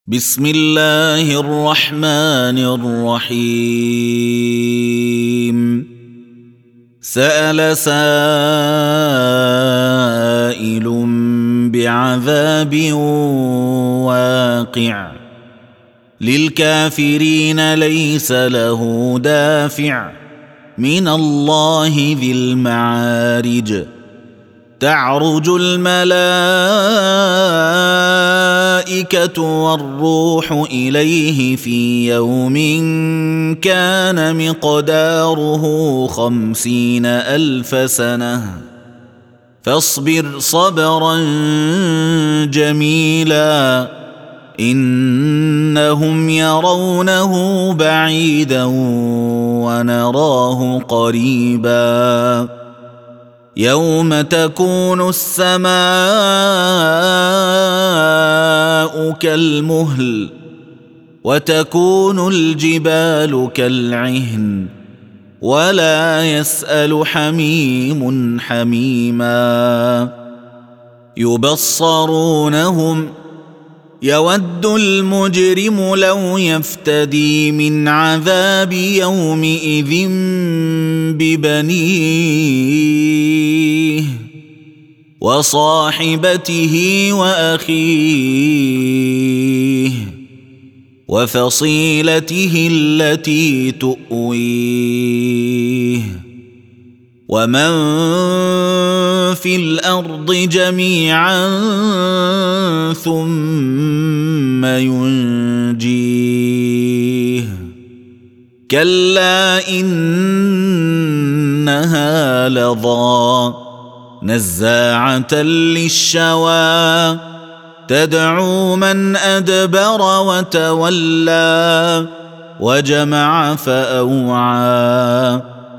بسم الله الرحمن الرحيم. سأل سائل بعذاب واقع للكافرين ليس له دافع من الله ذي المعارج. تعرج الملائكة والروح إليه في يوم كان مقداره 50,000 سنة فاصبر صبرا جميلا إنهم يرونه بعيدا ونراه قريبا. يوم تكون السماء كالمهل وتكون الجبال كالعهن ولا يسأل حميم حميما. يبصرونهم يود المجرم لو يفتدي من عذاب يومئذ ببنيه وصاحبته وأخيه وفصيلته التي تؤويه ومن في الأرض جميعا ثم ينجيه. كلا إنها لظى نزاعة للشوى تدعو من أدبر وتولى وجمع فأوعى.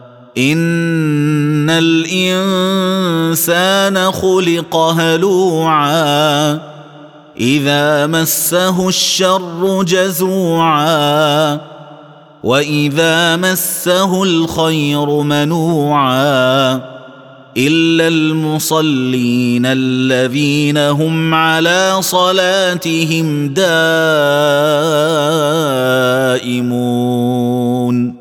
إن الإنسان خلق هلوعا إذا مسه الشر جزوعا وإذا مسه الخير منوعا إلا المصلين الذين هم على صلاتهم دائمون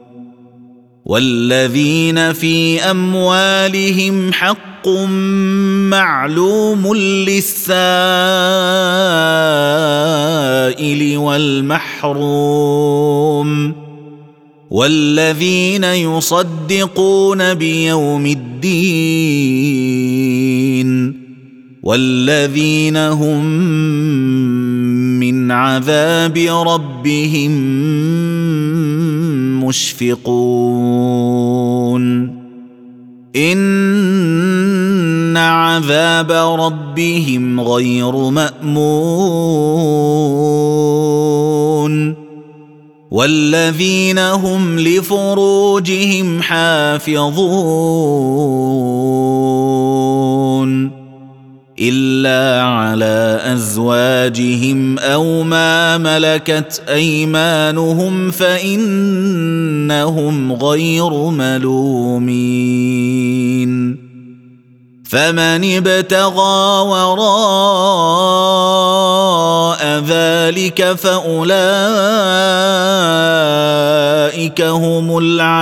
والذين في أموالهم حق معلوم للسائل والمحروم والذين يصدقون بيوم الدين والذين هم من عذاب ربهم مشفقون. إن عذاب ربهم غير مأمون والذين هم لفروجهم حافظون إلا على أزواجهم أو ما ملكت أيمانهم فإنهم غير ملومين. فمن ابتغى وراء ذلك فأولئك هم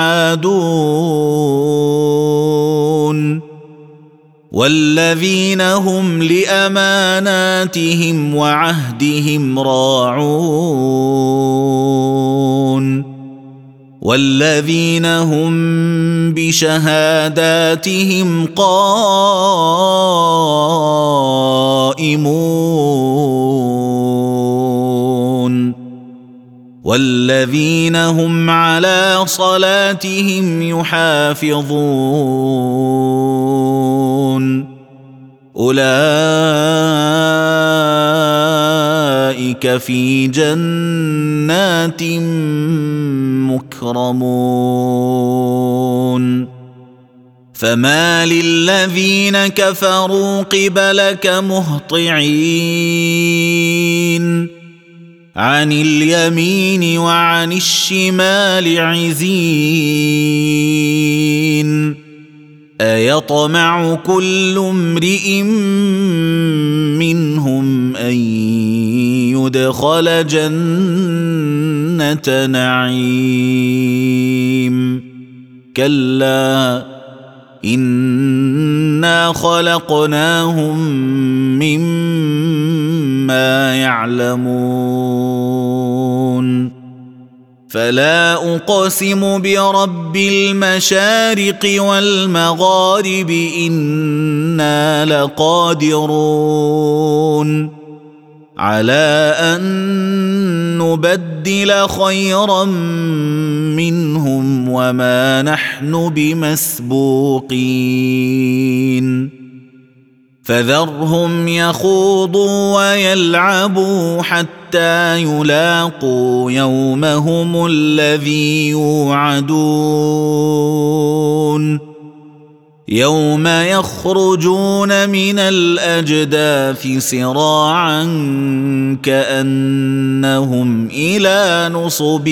العادون والذين هم لأماناتهم وعهدهم راعون والذين هم بشهاداتهم قائمون والذين هم على صلاتهم يحافظون أولئك في جنات مكرمون. فما للذين كفروا قبلك مهطعين عن اليمين وعن الشمال عزين أيطمع كل امرئ منهم أن ليدخل جنة نعيم كلا إنا خلقناهم مما يعلمون فلا أقسم برب المشارق والمغارب إنا لقادرون على أن نبدل خيرا منهم وما نحن بمسبوقين فذرهم يخوضوا ويلعبوا حتى يلاقوا يومهم الذي يوعدون يوم يخرجون من الأجداث سراعا كأنهم إلى نصب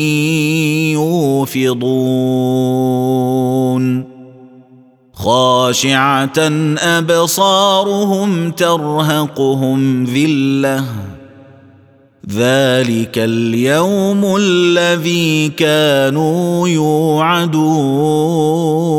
يوفضون خاشعة أبصارهم ترهقهم ذلة ذلك اليوم الذي كانوا يوعدون